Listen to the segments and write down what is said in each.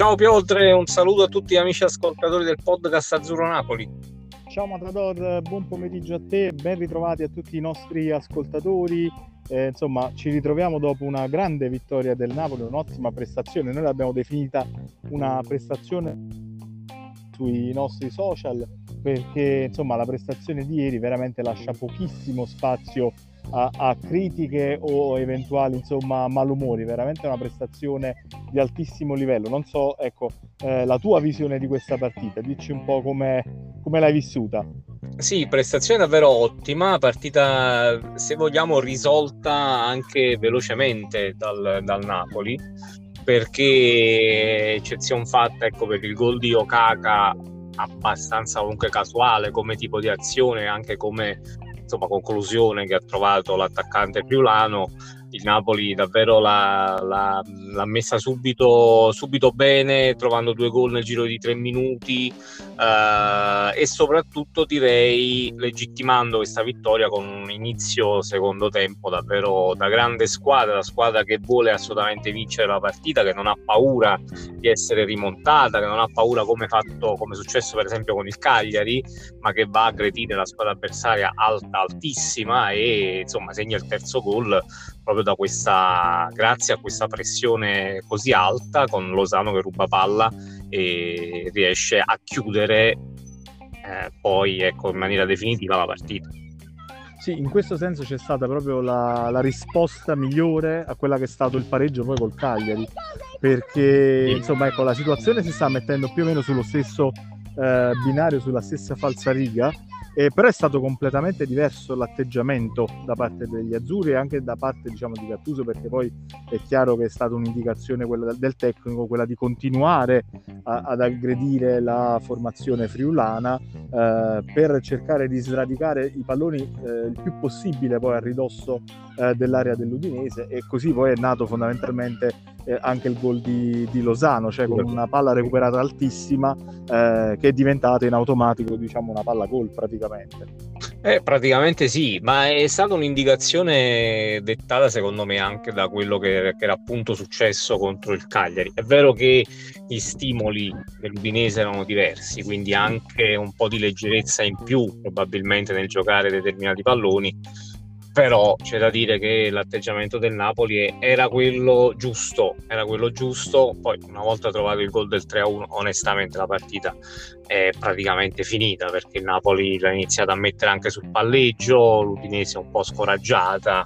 Ciao Piotre, un saluto a tutti gli amici ascoltatori del podcast Azzurro Napoli. Ciao Matador, buon pomeriggio a te, ben ritrovati a tutti i nostri ascoltatori. Insomma, ci ritroviamo dopo una grande vittoria del Napoli, un'ottima prestazione. Noi l'abbiamo definita una prestazione sui nostri social perché insomma la prestazione di ieri veramente lascia pochissimo spazio a critiche o eventuali insomma malumori. Veramente una prestazione di altissimo livello. Non so, ecco, la tua visione di questa partita, dici un po' come l'hai vissuta. Sì, prestazione davvero ottima, partita se vogliamo risolta anche velocemente dal Napoli, perché eccezion fatta, ecco, per il gol di Okaka, abbastanza comunque casuale come tipo di azione, anche come insomma conclusione che ha trovato l'attaccante friulano. Il Napoli davvero l'ha messa subito bene, trovando 2 gol nel giro di 3 minuti, e soprattutto direi legittimando questa vittoria con un inizio secondo tempo davvero da grande squadra, la squadra che vuole assolutamente vincere la partita, che non ha paura di essere rimontata, che non ha paura come è successo per esempio con il Cagliari, ma che va a aggredire la squadra avversaria altissima e insomma segna il terzo gol proprio grazie a questa pressione così alta, con Lozano che ruba palla e riesce a chiudere poi ecco in maniera definitiva la partita. Sì, in questo senso c'è stata proprio la risposta migliore a quella che è stato il pareggio poi col Cagliari, perché insomma ecco la situazione si sta mettendo più o meno sullo stesso binario, sulla stessa falsariga, però è stato completamente diverso l'atteggiamento da parte degli azzurri e anche da parte diciamo di Gattuso, perché poi è chiaro che è stata un'indicazione quella del tecnico, quella di continuare ad aggredire la formazione friulana per cercare di sradicare i palloni il più possibile poi a ridosso dell'area dell'Udinese, e così poi è nato fondamentalmente anche il gol di Lozano, cioè con una palla recuperata altissima che è diventata in automatico diciamo una palla gol praticamente. Praticamente sì, ma è stata un'indicazione dettata secondo me anche da quello che era appunto successo contro il Cagliari. È vero che gli stimoli dell'Udinese erano diversi, quindi anche un po' di leggerezza in più probabilmente nel giocare determinati palloni, però c'è da dire che l'atteggiamento del Napoli era quello giusto. Poi una volta trovato il gol del 3-1 onestamente la partita è praticamente finita, perché il Napoli l'ha iniziato a mettere anche sul palleggio, l'Udinese un po' scoraggiata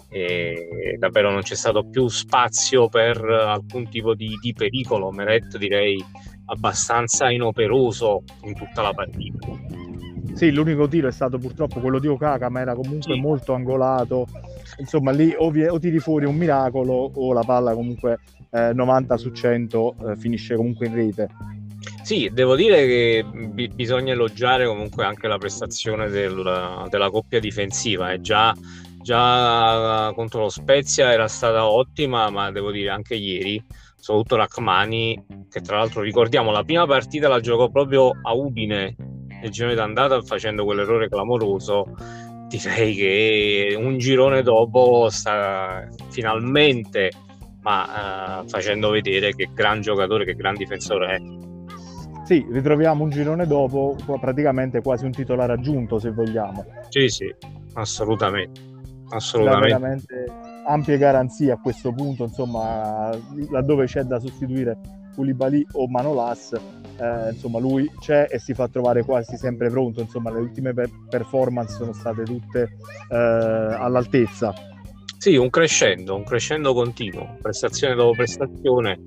e davvero non c'è stato più spazio per alcun tipo di pericolo. Meret direi abbastanza inoperoso in tutta la partita. Sì, l'unico tiro è stato purtroppo quello di Okaka, ma era comunque molto angolato. Insomma, lì o tiri fuori un miracolo o la palla comunque 90 su 100 finisce comunque in rete. Sì, devo dire che bisogna elogiare comunque anche la prestazione della coppia difensiva. Già contro lo Spezia era stata ottima, ma devo dire anche ieri, soprattutto Rachmani, che tra l'altro ricordiamo la prima partita la giocò proprio a Udine nel girone d'andata facendo quell'errore clamoroso. Direi che un girone dopo sta finalmente facendo vedere che gran giocatore, che gran difensore è. Sì, ritroviamo un girone dopo praticamente quasi un titolare aggiunto, se vogliamo. Sì, assolutamente. Da veramente ampie garanzie a questo punto, insomma, laddove c'è da sostituire Koulibaly o Manolas, insomma lui c'è e si fa trovare quasi sempre pronto. Insomma, le ultime performance sono state tutte all'altezza. Sì, un crescendo continuo, prestazione dopo prestazione.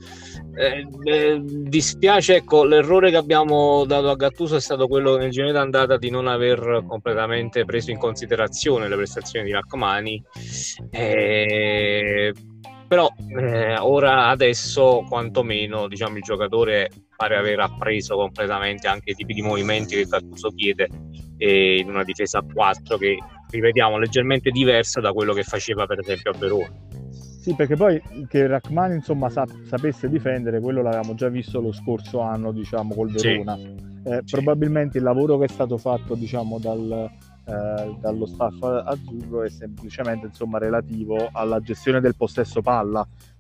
Dispiace, ecco, l'errore che abbiamo dato a Gattuso è stato quello nel girone d'andata di non aver completamente preso in considerazione le prestazioni di Rachmani, però ora adesso quantomeno diciamo il giocatore pare aver appreso completamente anche i tipi di movimenti che Gattuso chiede in una difesa a 4 che, ripetiamo, leggermente diversa da quello che faceva per esempio a Verona. Sì, perché poi che Rachmani insomma sapesse difendere, quello l'avevamo già visto lo scorso anno, diciamo, col Verona. Sì. Probabilmente il lavoro che è stato fatto, diciamo, dallo staff azzurro è semplicemente insomma relativo alla gestione del possesso palla,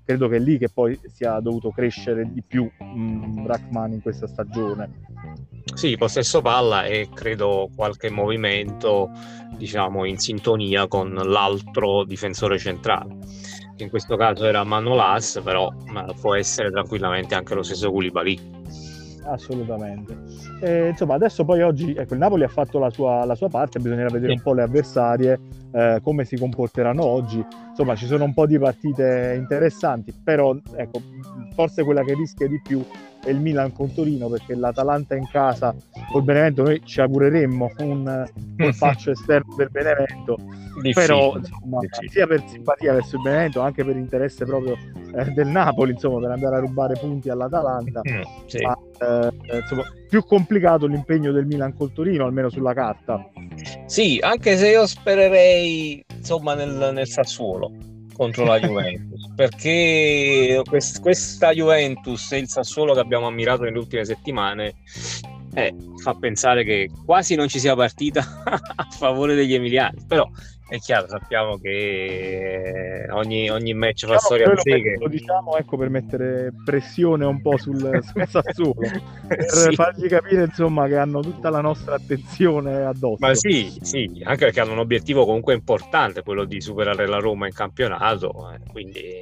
credo che è lì che poi sia dovuto crescere di più Rachmani in questa stagione. Sì, possesso palla e credo qualche movimento, diciamo, in sintonia con l'altro difensore centrale, che in questo caso era Manolas, però può essere tranquillamente anche lo stesso Koulibaly. Assolutamente. Insomma, adesso poi oggi, ecco, il Napoli ha fatto la sua parte, bisognerà vedere un po' le avversarie, come si comporteranno oggi. Insomma, ci sono un po' di partite interessanti, però ecco, forse quella che rischia di più è il Milan con Torino, perché l'Atalanta in casa col Benevento noi ci augureremmo un colpaccio esterno del Benevento, però insomma, sia per simpatia verso il Benevento, anche per interesse proprio del Napoli, insomma, per andare a rubare punti all'Atalanta. Ma insomma, più complicato l'impegno del Milan col Torino, almeno sulla carta. Sì, anche se io spererei, insomma, nel Sassuolo contro la Juventus, perché questa Juventus e il Sassuolo che abbiamo ammirato nelle ultime settimane fa pensare che quasi non ci sia partita a favore degli emiliani, però è chiaro, sappiamo che ogni match fa storia a sé. Lo diciamo, ecco, per mettere pressione un po' sul Sassuolo, per fargli capire, insomma, che hanno tutta la nostra attenzione addosso. Ma sì, anche perché hanno un obiettivo comunque importante, quello di superare la Roma in campionato, quindi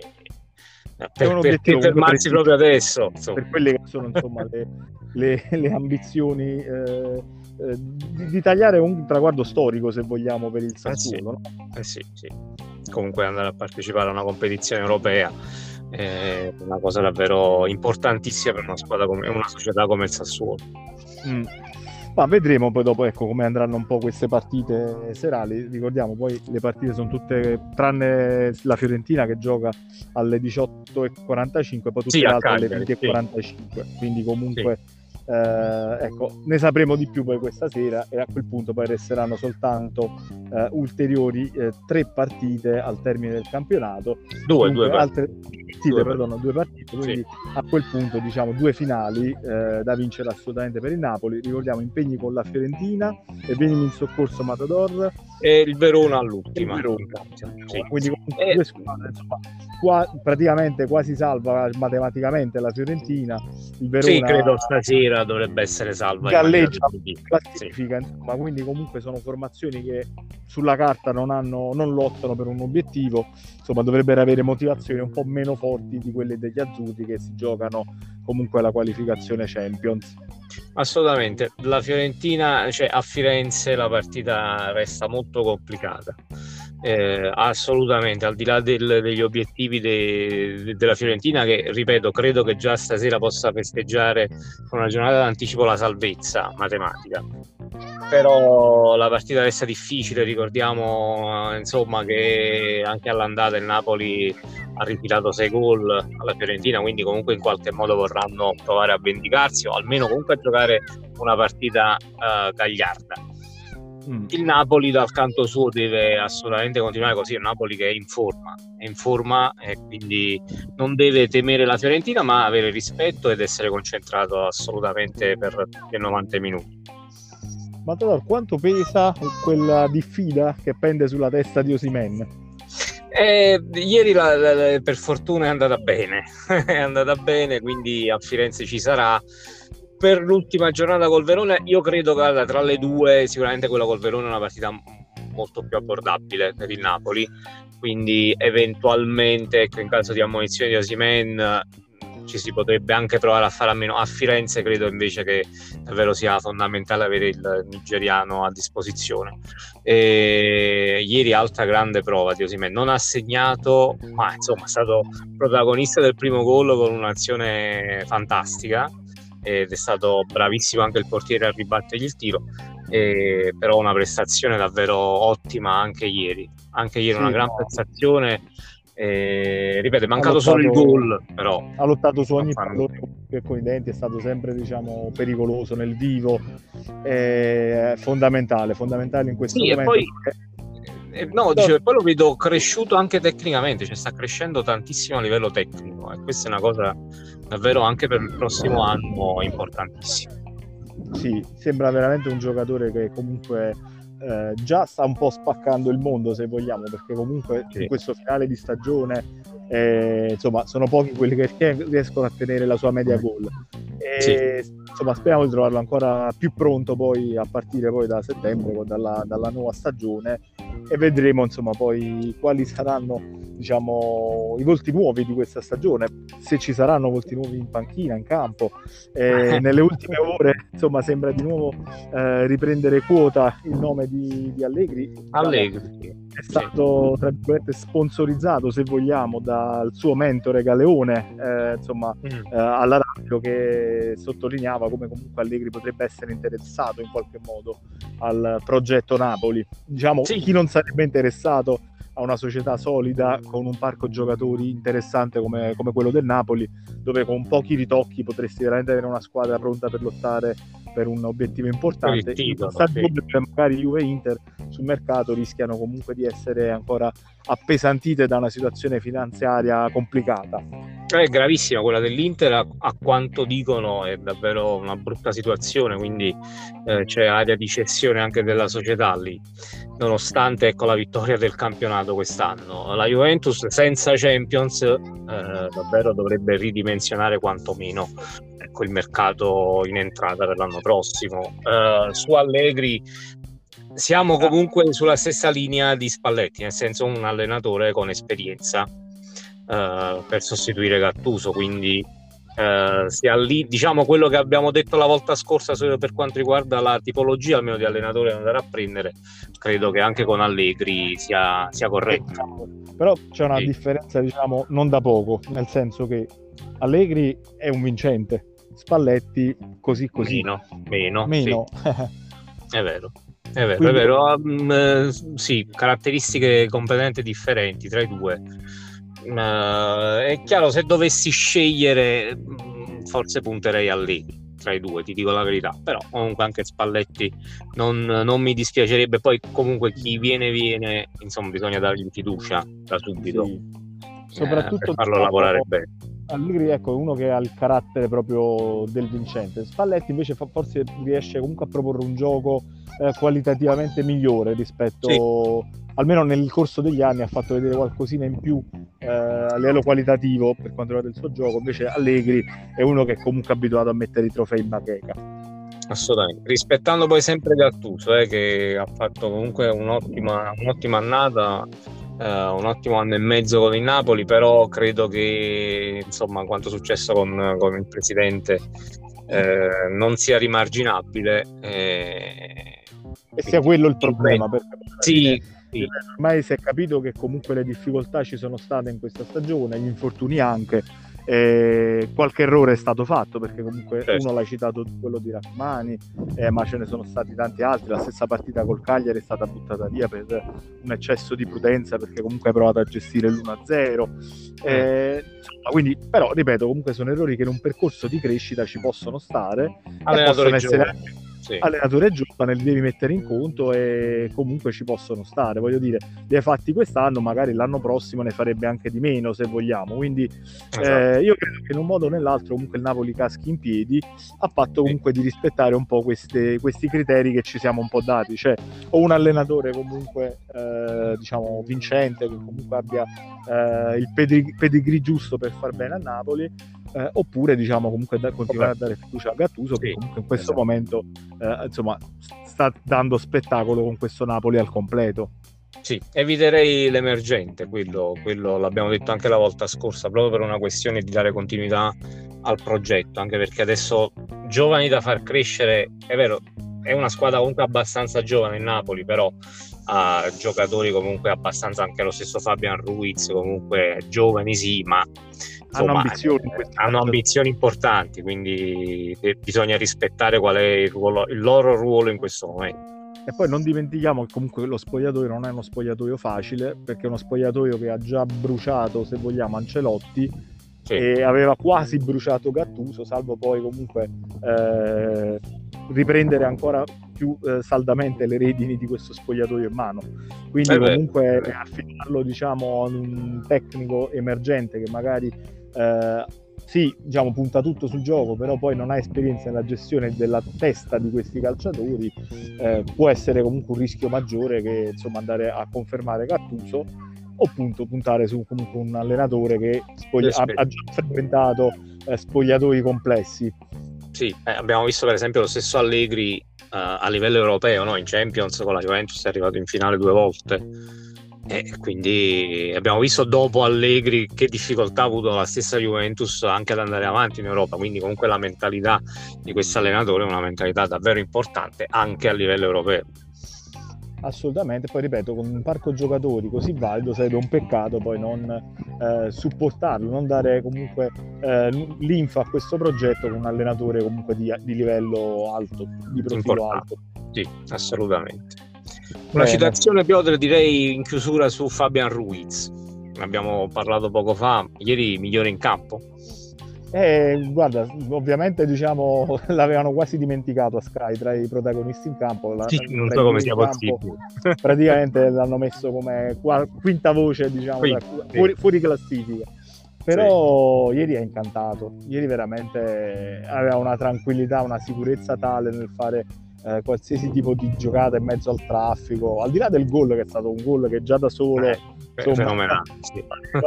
per fermarsi proprio adesso, insomma. Per quelle che sono, insomma, le ambizioni di tagliare un traguardo storico, se vogliamo, per il Sassuolo. Sì. Comunque andare a partecipare a una competizione europea è una cosa davvero importantissima per una squadra come una società come il Sassuolo. Ma vedremo poi dopo, ecco, come andranno un po' queste partite serali. Ricordiamo, poi le partite sono tutte, tranne la Fiorentina che gioca alle 18:45, poi tutte le altre alle 20:45, quindi comunque ecco, ne sapremo di più poi questa sera, e a quel punto poi resteranno soltanto ulteriori 3 partite al termine del campionato, due partite, quindi a quel punto, diciamo, 2 finali da vincere assolutamente per il Napoli. Ricordiamo impegni con la Fiorentina e Venimi in soccorso Matador e il Verona all'ultima, quindi comunque 2 squadre, insomma, praticamente quasi salva matematicamente la Fiorentina. Il Verona, credo stasera dovrebbe essere salva, galleggia classifica, insomma, quindi comunque sono formazioni che sulla carta non lottano per un obiettivo, insomma dovrebbero avere motivazioni un po' meno forti di quelle degli azzurri, che si giocano comunque la qualificazione Champions. Assolutamente, la Fiorentina, cioè a Firenze la partita resta molto complicata, assolutamente, al di là degli obiettivi della Fiorentina, che ripeto, credo che già stasera possa festeggiare con una giornata d'anticipo la salvezza matematica, però la partita resta difficile. Ricordiamo insomma che anche all'andata il Napoli ha ritirato 6 gol alla Fiorentina, quindi comunque in qualche modo vorranno provare a vendicarsi, o almeno comunque a giocare una partita gagliarda. Il Napoli dal canto suo deve assolutamente continuare così, è un Napoli che è in forma e quindi non deve temere la Fiorentina, ma avere rispetto ed essere concentrato assolutamente per i 90 minuti. Ma quanto pesa quella diffida che pende sulla testa di Osimhen? Ieri per fortuna è andata bene, quindi a Firenze ci sarà. Per l'ultima giornata col Verona, io credo che tra le due sicuramente quella col Verona è una partita molto più abbordabile per il Napoli, quindi eventualmente, ecco, in caso di ammonizione di Osimhen ci si potrebbe anche provare a fare a meno. A Firenze credo invece che davvero sia fondamentale avere il nigeriano a disposizione. Ieri altra grande prova di Osimhen, non ha segnato, ma insomma è stato protagonista del primo gol con un'azione fantastica, ed è stato bravissimo anche il portiere a ribattergli il tiro, però una prestazione davvero ottima anche ieri una gran prestazione. Ripeto, è mancato solo il gol, però ha lottato su ogni pallone con i denti, è stato sempre, diciamo, pericoloso nel vivo, fondamentale in questo momento. E poi poi lo vedo cresciuto anche tecnicamente, cioè sta crescendo tantissimo a livello tecnico, e questa è una cosa davvero anche per il prossimo anno importantissima. Sì, sembra veramente un giocatore che comunque già sta un po' spaccando il mondo, se vogliamo, perché comunque in questo finale di stagione insomma sono pochi quelli che riescono a tenere la sua media gol. Sì. Insomma, speriamo di trovarlo ancora più pronto poi a partire poi da settembre, dalla nuova stagione, e vedremo insomma poi quali saranno, diciamo, i volti nuovi di questa stagione, se ci saranno volti nuovi in panchina, in campo. Nelle ultime ore insomma sembra di nuovo riprendere quota il nome di Allegri. Allegri È stato tra virgolette sponsorizzato, se vogliamo, dal suo mentore Galeone, alla radio, che sottolineava come comunque Allegri potrebbe essere interessato in qualche modo al progetto Napoli. Diciamo, chi non sarebbe interessato a una società solida con un parco giocatori interessante come quello del Napoli, dove con pochi ritocchi potresti veramente avere una squadra pronta per lottare per un obiettivo importante. Magari Juve e Inter sul mercato rischiano comunque di essere ancora appesantite da una situazione finanziaria complicata. È gravissima quella dell'Inter, a quanto dicono è davvero una brutta situazione, quindi c'è area di cessione anche della società lì, nonostante, ecco, la vittoria del campionato quest'anno. La Juventus senza Champions davvero dovrebbe ridimensionare quantomeno, ecco, il mercato in entrata per l'anno prossimo. Su Allegri siamo comunque sulla stessa linea di Spalletti, nel senso un allenatore con esperienza per sostituire Gattuso, quindi sia lì, diciamo, quello che abbiamo detto la volta scorsa per quanto riguarda la tipologia almeno di allenatore da andare a prendere, credo che anche con Allegri sia corretto. Però c'è una differenza, diciamo, non da poco, nel senso che Allegri è un vincente, Spalletti così meno. Sì. È vero. Quindi... è vero. Sì, caratteristiche completamente differenti tra i due. È chiaro, se dovessi scegliere forse punterei a Allegri tra i due, ti dico la verità, però comunque anche Spalletti non mi dispiacerebbe. Poi comunque chi viene, insomma, bisogna dargli fiducia da subito, soprattutto per farlo lavorare bene. Allegri, ecco, è uno che ha il carattere proprio del vincente. Spalletti invece forse riesce comunque a proporre un gioco qualitativamente migliore rispetto, almeno nel corso degli anni ha fatto vedere qualcosina in più a livello qualitativo per quanto riguarda il suo gioco. Invece Allegri è uno che è comunque abituato a mettere i trofei in bacheca. Assolutamente, rispettando poi sempre Gattuso, che ha fatto comunque un'ottima annata, un ottimo anno e mezzo con il Napoli, però credo che, insomma, quanto successo con il presidente non sia rimarginabile, e sia quello il problema, perché sì. Ormai si è capito che comunque le difficoltà ci sono state in questa stagione, gli infortuni anche, qualche errore è stato fatto, perché comunque uno l'hai citato, quello di Rachmani, ma ce ne sono stati tanti altri. La stessa partita col Cagliari è stata buttata via per un eccesso di prudenza, perché comunque hai provato a gestire l'1-0. Quindi, però ripeto, comunque sono errori che in un percorso di crescita ci possono stare, possono essere anche allenatore giovane, li devi mettere in conto e comunque ci possono stare. Voglio dire, li hai fatti quest'anno, magari l'anno prossimo ne farebbe anche di meno, se vogliamo. Quindi io credo che in un modo o nell'altro comunque il Napoli caschi in piedi, a patto comunque di rispettare un po' questi criteri che ci siamo un po' dati, cioè o un allenatore comunque diciamo vincente, che comunque abbia il pedigree giusto per far bene a Napoli, oppure diciamo comunque continuare a dare fiducia a Gattuso, che comunque in questo momento insomma sta dando spettacolo con questo Napoli al completo. Sì, eviterei l'emergente, quello l'abbiamo detto anche la volta scorsa, proprio per una questione di dare continuità al progetto, anche perché adesso giovani da far crescere, è vero, è una squadra comunque abbastanza giovane il Napoli, però ha giocatori comunque abbastanza, anche lo stesso Fabian Ruiz, comunque giovani sì, ma insomma, hanno ambizioni importanti, quindi bisogna rispettare qual è il loro ruolo in questo momento. E poi non dimentichiamo che comunque lo spogliatoio non è uno spogliatoio facile, perché è uno spogliatoio che ha già bruciato, se vogliamo, Ancelotti, e aveva quasi bruciato Gattuso, salvo poi comunque riprendere ancora più saldamente le redini di questo spogliatoio in mano. Quindi comunque affidarlo, diciamo, a un tecnico emergente che magari sì, diciamo, punta tutto sul gioco, però poi non ha esperienza nella gestione della testa di questi calciatori, può essere comunque un rischio maggiore che, insomma, andare a confermare Gattuso, o appunto puntare su comunque un allenatore che ha già frequentato spogliatoi complessi. Sì, abbiamo visto per esempio lo stesso Allegri a livello europeo, no? In Champions con la Juventus è arrivato in finale 2 volte, e quindi abbiamo visto dopo Allegri che difficoltà ha avuto la stessa Juventus anche ad andare avanti in Europa, quindi comunque la mentalità di questo allenatore è una mentalità davvero importante anche a livello europeo. Assolutamente, poi ripeto, con un parco giocatori così valido sarebbe un peccato poi non supportarlo, non dare comunque linfa a questo progetto con un allenatore comunque di livello alto, di profilo alto. Sì, assolutamente. Una citazione, Piotr, direi in chiusura su Fabian Ruiz. Ne abbiamo parlato poco fa, ieri migliore in campo. Guarda, ovviamente diciamo l'avevano quasi dimenticato a Sky tra i protagonisti in campo. Non so come sia possibile. Praticamente l'hanno messo come quinta voce, diciamo, fuori classifica. Però ieri è incantato. Ieri veramente aveva una tranquillità, una sicurezza tale nel fare qualsiasi tipo di giocata in mezzo al traffico, al di là del gol, che è stato un gol che già da solo fenomenale, sì.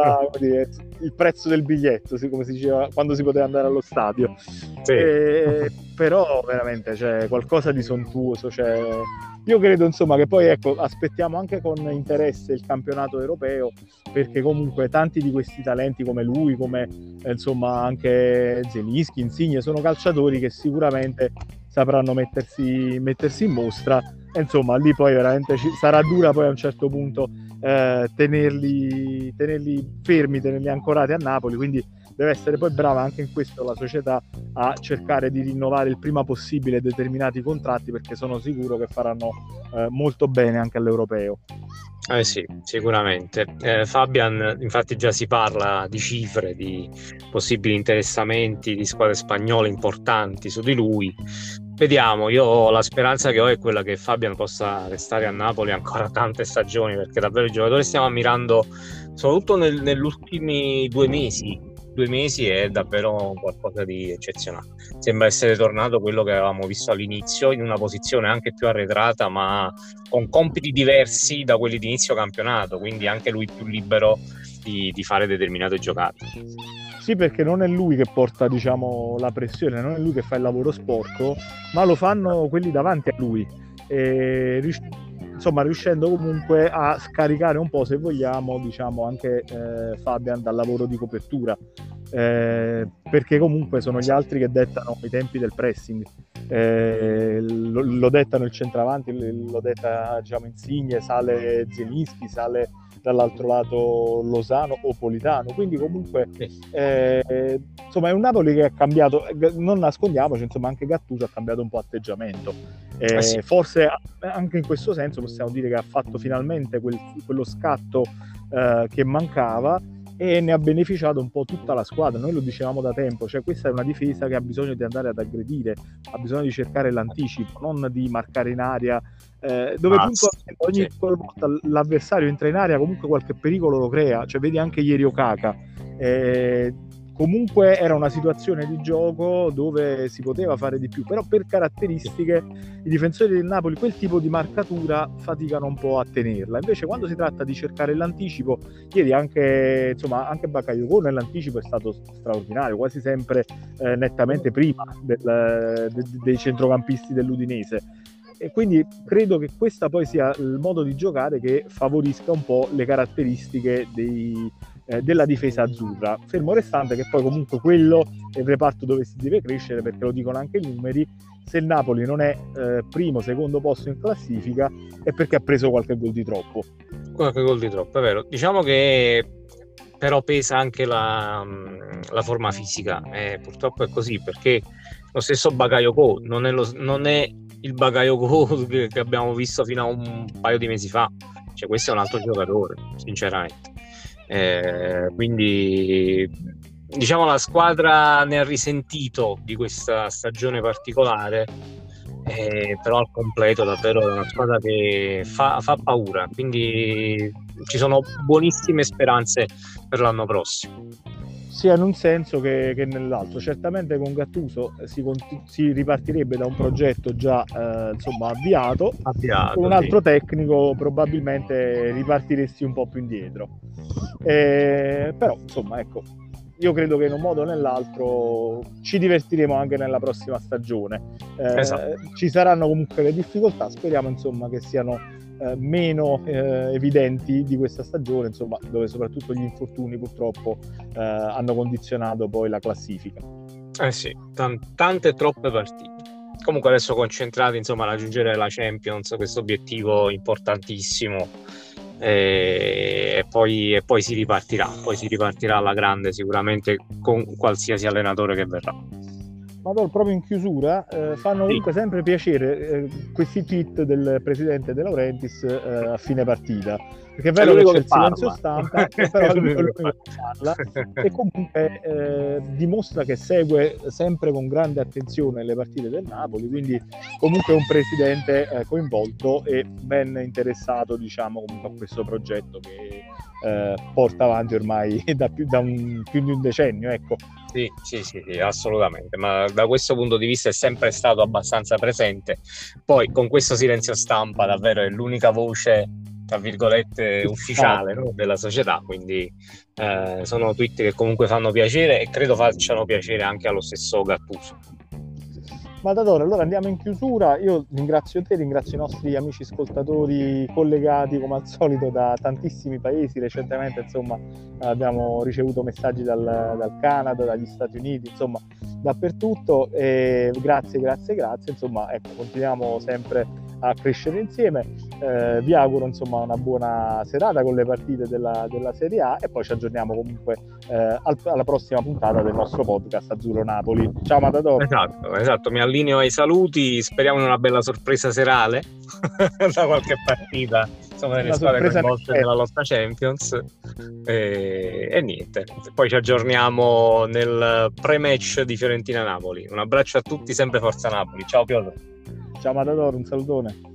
Il prezzo del biglietto, come si diceva quando si poteva andare allo stadio. Sì. Però veramente c'è qualcosa di sontuoso, io credo insomma che poi aspettiamo anche con interesse il campionato europeo, perché comunque tanti di questi talenti come lui, come insomma anche Zelinski, Insigne, sono calciatori che sicuramente sapranno mettersi in mostra, e insomma lì poi veramente sarà dura poi a un certo punto tenerli fermi, tenerli ancorati a Napoli, quindi deve essere poi brava anche in questo la società a cercare di rinnovare il prima possibile determinati contratti, perché sono sicuro che faranno molto bene anche all'europeo. Sì, sicuramente. Fabian, infatti già si parla di cifre, di possibili interessamenti di squadre spagnole importanti su di lui. Vediamo, io la speranza che ho è quella che Fabian possa restare a Napoli ancora tante stagioni, perché davvero il giocatore stiamo ammirando soprattutto negli ultimi 2 mesi è davvero qualcosa di eccezionale. Sembra essere tornato quello che avevamo visto all'inizio, in una posizione anche più arretrata, ma con compiti diversi da quelli di inizio campionato, quindi anche lui più libero di fare determinate giocate. Sì, perché non è lui che porta, diciamo, la pressione, non è lui che fa il lavoro sporco, ma lo fanno quelli davanti a lui. Insomma, riuscendo comunque a scaricare un po', se vogliamo, diciamo, anche Fabian dal lavoro di copertura, perché comunque sono gli altri che dettano i tempi del pressing, lo dettano il centravanti, lo detta, diciamo, Insigne, sale Zelinski, sale dall'altro lato Lozano o Politano, quindi comunque insomma è un Napoli che ha cambiato, non nascondiamoci, insomma anche Gattuso ha cambiato un po' atteggiamento, sì. Forse anche in questo senso possiamo dire che ha fatto finalmente quello scatto che mancava, e ne ha beneficiato un po' tutta la squadra. Noi lo dicevamo da tempo, cioè questa è una difesa che ha bisogno di andare ad aggredire, ha bisogno di cercare l'anticipo, non di marcare in area, dove ogni volta l'avversario entra in area comunque qualche pericolo lo crea, cioè vedi anche ieri Okaka, comunque era una situazione di gioco dove si poteva fare di più, però per caratteristiche i difensori del Napoli quel tipo di marcatura faticano un po' a tenerla. Invece quando si tratta di cercare l'anticipo, ieri anche Bakayoko nell'anticipo è stato straordinario, quasi sempre nettamente prima dei centrocampisti dell'Udinese, e quindi credo che questa poi sia il modo di giocare che favorisca un po' le caratteristiche della difesa azzurra, fermo restante che poi comunque quello è il reparto dove si deve crescere, perché lo dicono anche i numeri: se il Napoli non è primo, secondo posto in classifica è perché ha preso qualche gol di troppo. È vero. Diciamo che però pesa anche la forma fisica, purtroppo è così, perché lo stesso Bakayoko non è il Bakayoko che abbiamo visto fino a un paio di mesi fa, cioè questo è un altro giocatore, sinceramente. Quindi diciamo la squadra ne ha risentito di questa stagione particolare, però al completo davvero è una squadra che fa paura, quindi ci sono buonissime speranze per l'anno prossimo. sia in un senso che nell'altro. Certamente con Gattuso si ripartirebbe da un progetto già insomma avviato, con un altro tecnico probabilmente ripartiresti un po' più indietro, però insomma ecco, io credo che in un modo o nell'altro ci divertiremo anche nella prossima stagione. Esatto. Ci saranno comunque le difficoltà, speriamo insomma che siano meno evidenti di questa stagione, insomma, dove soprattutto gli infortuni purtroppo hanno condizionato poi la classifica. Sì, tante troppe partite. Comunque adesso concentrati insomma a raggiungere la Champions, questo obiettivo importantissimo, e poi si ripartirà alla grande sicuramente con qualsiasi allenatore che verrà. Ma proprio in chiusura fanno comunque sempre piacere questi tweet del presidente De Laurentiis a fine partita, perché è vero che c'è il silenzio stampa, però è lui che parla e comunque dimostra che segue sempre con grande attenzione le partite del Napoli, quindi comunque è un presidente coinvolto e ben interessato, diciamo, comunque a questo progetto che porta avanti ormai da più di un decennio, ecco. Sì, assolutamente, ma da questo punto di vista è sempre stato abbastanza presente. Poi con questo silenzio stampa davvero è l'unica voce, tra virgolette, ufficiale, no, della società, quindi sono tweet che comunque fanno piacere e credo facciano piacere anche allo stesso Gattuso. Matador, allora andiamo in chiusura. Io ringrazio te, ringrazio i nostri amici ascoltatori collegati come al solito da tantissimi paesi. Recentemente insomma abbiamo ricevuto messaggi dal Canada, dagli Stati Uniti, insomma dappertutto, e grazie, insomma ecco, continuiamo sempre a crescere insieme. Vi auguro insomma una buona serata con le partite della Serie A e poi ci aggiorniamo comunque alla prossima puntata del nostro podcast Azzurro Napoli. Ciao Matador. Esatto, mi allineo ai saluti, speriamo in una bella sorpresa serale da qualche partita, insomma, delle squadre coinvolte nella lotta Champions, e niente, poi ci aggiorniamo nel pre-match di Fiorentina-Napoli. Un abbraccio a tutti, sempre Forza Napoli. Ciao Piotr. Ciao Matador, un salutone.